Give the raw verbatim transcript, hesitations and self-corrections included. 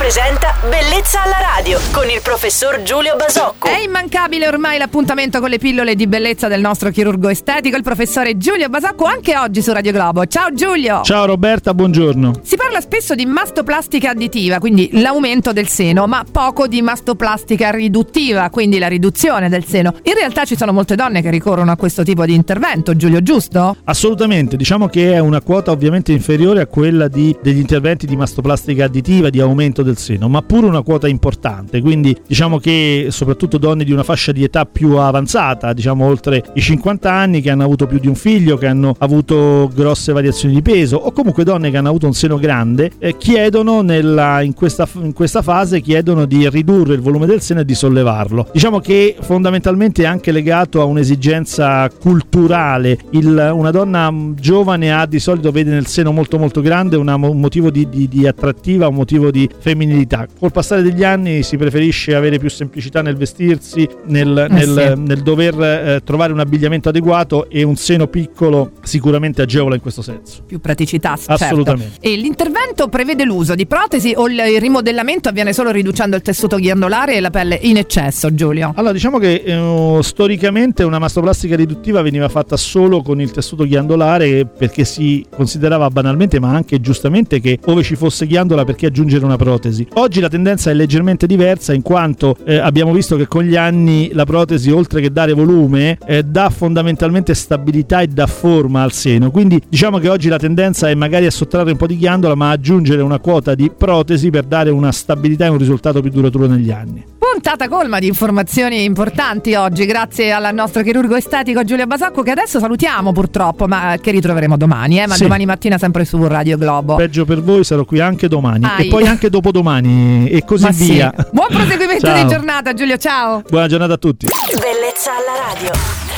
presenta Bellezza alla radio con il professor Giulio Basocco. È immancabile ormai l'appuntamento con le pillole di bellezza del nostro chirurgo estetico, il professore Giulio Basocco, anche oggi su Radio Globo. Ciao Giulio. Ciao Roberta, buongiorno. Si parla spesso di mastoplastica additiva, quindi l'aumento del seno, ma poco di mastoplastica riduttiva, quindi la riduzione del seno. In realtà ci sono molte donne che ricorrono a questo tipo di intervento, Giulio, giusto? Assolutamente, diciamo che è una quota ovviamente inferiore a quella di, degli interventi di mastoplastica additiva, di aumento del seno, ma pure una quota importante, quindi diciamo che soprattutto donne di una fascia di età più avanzata, diciamo oltre i cinquanta anni, che hanno avuto più di un figlio, che hanno avuto grosse variazioni di peso, o comunque donne che hanno avuto un seno grande, eh, chiedono nella, in, questa, in questa fase chiedono di ridurre il volume del seno e di sollevarlo. Diciamo che fondamentalmente è anche legato a un'esigenza culturale. Il, una donna giovane ha di solito, vede nel seno molto molto grande una, un motivo di, di, di attrattiva, un motivo di femminilità. Col passare degli anni si preferisce avere più semplicità nel vestirsi, nel, eh nel, sì. nel dover eh, trovare un abbigliamento adeguato, e un seno piccolo sicuramente agevola in questo senso. Più praticità, assolutamente. Certo. E l'intervento prevede l'uso di protesi o il rimodellamento avviene solo riducendo il tessuto ghiandolare e la pelle in eccesso, Giulio? Allora, diciamo che eh, storicamente una mastoplastica riduttiva veniva fatta solo con il tessuto ghiandolare, perché si considerava banalmente, ma anche giustamente, che ove ci fosse ghiandola perché aggiungere una protesi. Oggi la tendenza è leggermente diversa, in quanto eh, abbiamo visto che con gli anni la protesi, oltre che dare volume, eh, dà fondamentalmente stabilità e dà forma al seno. Quindi diciamo che oggi la tendenza è magari a sottrarre un po' di ghiandola, ma aggiungere una quota di protesi per dare una stabilità e un risultato più duraturo negli anni. Puntata colma di informazioni importanti oggi, grazie al nostro chirurgo estetico Giulio Basocco, che adesso salutiamo purtroppo, ma che ritroveremo domani, eh? ma sì. domani mattina sempre su Radio Globo. Peggio per voi, sarò qui anche domani. Ai. E poi anche dopodomani e così ma via. Sì. Buon proseguimento di giornata, Giulio, ciao. Buona giornata a tutti. Bellezza alla radio.